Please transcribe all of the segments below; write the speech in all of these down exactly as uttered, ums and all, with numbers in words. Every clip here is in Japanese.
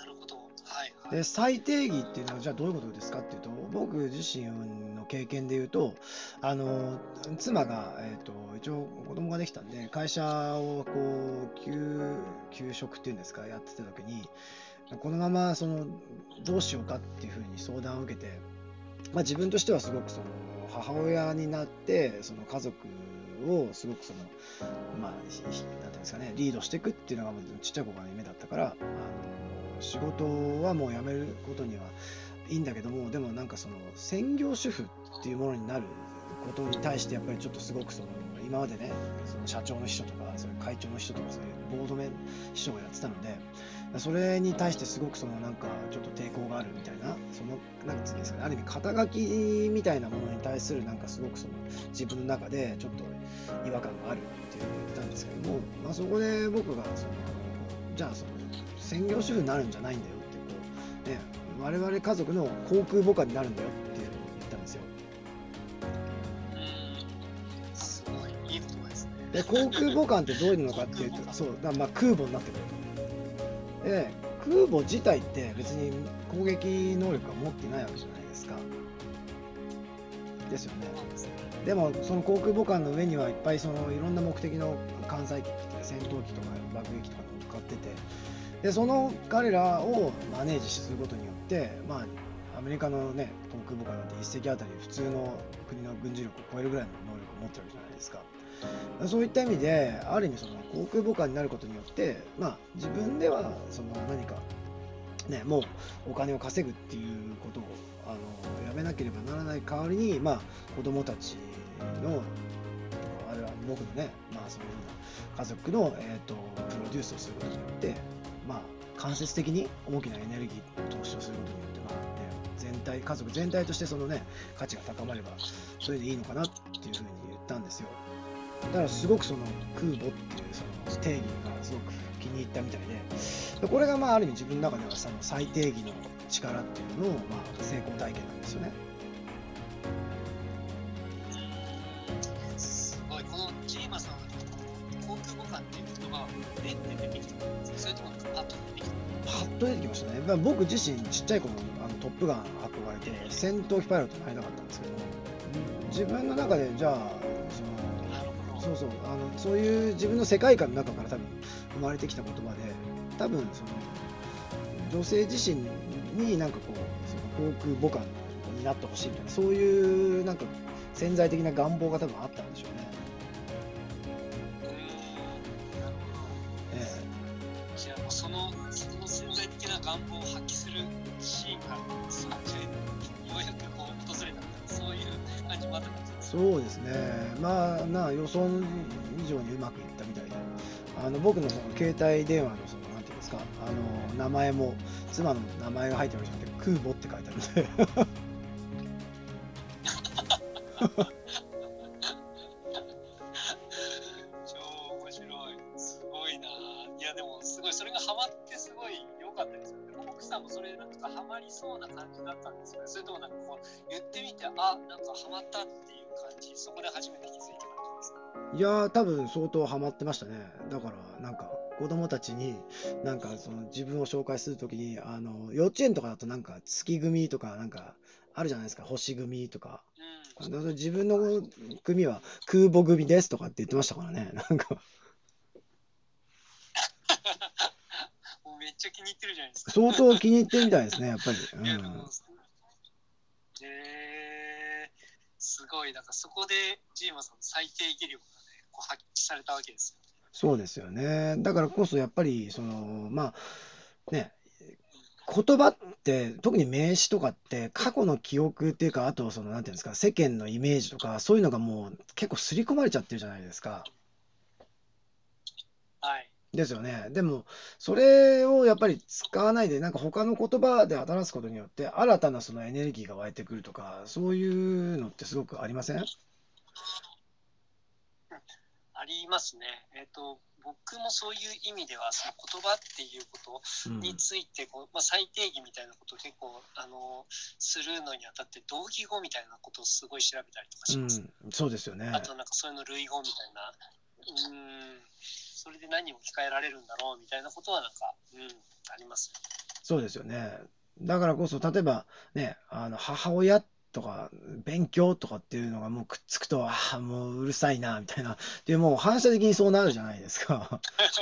るほど。はいはで、 い。 最低義っていうのはじゃあどういうことですかっていうと、僕自身の経験で言うと、あの妻が、えー、と一応子供ができたんで、会社をこう休休職っていうんですか、やってた時に、このままそのどうしようかっていうふうに相談を受けて、まあ、自分としてはすごくその母親になってその家族をすごくそのまあひひなんていうんですかね、リードしていくっていうのがちっちゃい頃の夢だったから、あの仕事はもう辞めることにはいいんだけども、でもなんかその専業主婦っていうものになることに対してやっぱりちょっとすごくその今までね、その社長の秘書とかそういう会長の秘書とかそういうボードメ秘書をやってたので、それに対してすごくそのなんかちょっと抵抗があるみたいな、そのなんつうんですかね、ある意味肩書きみたいなものに対するなんかすごくその自分の中でちょっと違和感があるっていうのを言ったんですけども、まあ、そこで僕がそのじゃあその専業主婦になるんじゃないんだよってこうね、我々家族の航空母艦になるんだよっていうのを言ったんですよ。 うーん、すごいいい言葉ですね。 で、航空母艦ってどういうのか航っていうと、 空母艦。 そうだ、まあ空母になってくると。で、空母自体って別に攻撃能力は持ってないわけじゃないですか。ですよね。 そうですね。 でもその航空母艦の上にはいっぱいそのいろんな目的の艦載機って戦闘機とか爆撃機とか乗っかってて、でその彼らをマネージすることによって、まあ、アメリカの、ね、航空母艦なんて一隻あたり普通の国の軍事力を超えるぐらいの能力を持ってるわけじゃないですか。そういった意味である意味その航空母艦になることによって、まあ、自分ではその何か、ね、もうお金を稼ぐっていうことをあのやめなければならない代わりに、まあ、子供たちのあるいは僕のね、まあ、そういうような家族の、えーと、プロデュースをすることによって、まあ、間接的に大きなエネルギーを投資をすることによって、まあね、全体家族全体としてその、ね、価値が高まればそれでいいのかなっていうふうに言ったんですよ。だからすごくその空母っていうその定義がすごく気に入ったみたいで、これがまあある意味自分の中ではその最定義の力っていうのをまあ成功体験なんですよね。 すごい。このジーマさんは航空母艦っていう言葉はレンで出てきたんですか？それともパッと出てきた？ パッと出てきましたね。まあ僕自身ちっちゃい頃あのトップガン憧れて戦闘機パイロットになりたかったんですけども、自分の中でじゃあそなるほど。 のそうそうあのそういう自分の世界観の中から多分生まれてきた言葉で、多分その女性自身になんかこうその航空母艦になってほしいみたいな、そういうなんか潜在的な願望が多分あったんでしょうね。 うーん、なるほど。 えじゃあもうそのその潜在的な願望を発揮するシーンがそこでようやくこう訪れたみたいな、そういう感じもあったかもしれないえ、 ですね。 そうですね。まあな予想以上にうまくいったみたいで、あの僕のその携帯電話のそのなんていうんですか、あの名前も妻の名前が入ってるわけじゃなくて空母って書いてあるんで超面白い。すごいな。いやでもすごいそれがハマってすごい良かったですよね。奥さんもそれなんかハマりそうな感じだったんですよね。それともなんかこう言ってみて、あ、なんかハマったっていう感じ、そこで初めて気づいた感じですか？ いやー、多分相当ハマってましたね。だから、なんか、子供たちに、なんか、その自分を紹介するときに、あの、幼稚園とかだとなんか、月組とか、なんか、あるじゃないですか、星組とか。 うん。 だから自分のはい。 組は空母組ですとかって言ってましたからね。なんか、 もうめっちゃ気に入ってるじゃないですか。 相当気に入ってるみたいですね、やっぱり。ういやでも、 ん。 えー、すごい、なんかそこでジーマさんの最低技力がね、こう発揮されたわけですよ。 そうですよね。だからこそ、やっぱり、その、まあ、ね、言葉って特に名詞とかって過去の記憶っていうか、あとそのなんていうんですか、世間のイメージとかそういうのがもう結構刷り込まれちゃってるじゃないですか。 はい。 ですよね。でもそれをやっぱり使わないでなんか他の言葉で表すことによって新たなそのエネルギーが湧いてくるとか、そういうのってすごくありません？ ありますね。えっ、と、僕もそういう意味では、その言葉っていうことにうん。 ついてこう、まあ、最低義みたいなことを結構、あの、するのにあたって、同義語みたいなことをすごい調べたりとかします。 うん。そうですよね。 あと、なんかそういうの類語みたいな、うーん、それで何を置き換えられるんだろうみたいなことは、なんか、うん、ありますね。 そうですよね。だからこそ、例えばね、あの母親とか勉強とかっていうのがもうくっつくと、ああ、もううるさいなみたいな、でもう反射的にそうなるじゃないですか。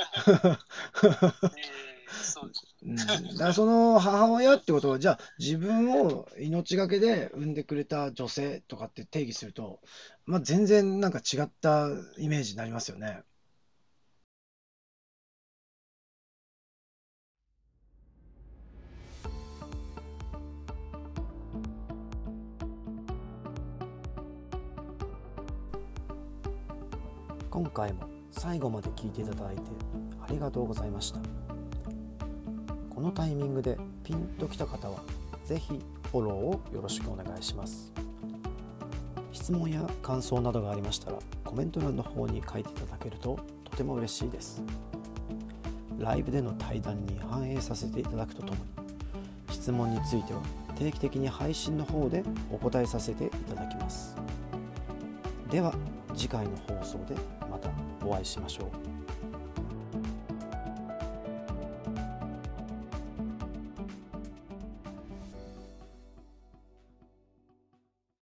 えー、そうです。 うん、だからその母親ってことは、じゃあ自分を命がけで産んでくれた女性とかって定義すると、まあ、全然なんか違ったイメージになりますよね。今回も最後まで聞いていただいてありがとうございました。このタイミングでピンときた方はぜひフォローをよろしくお願いします。質問や感想などがありましたらコメント欄の方に書いていただけるととても嬉しいです。ライブでの対談に反映させていただくとともに、質問については定期的に配信の方でお答えさせていただきます。では次回の放送でまたお会いしましょう。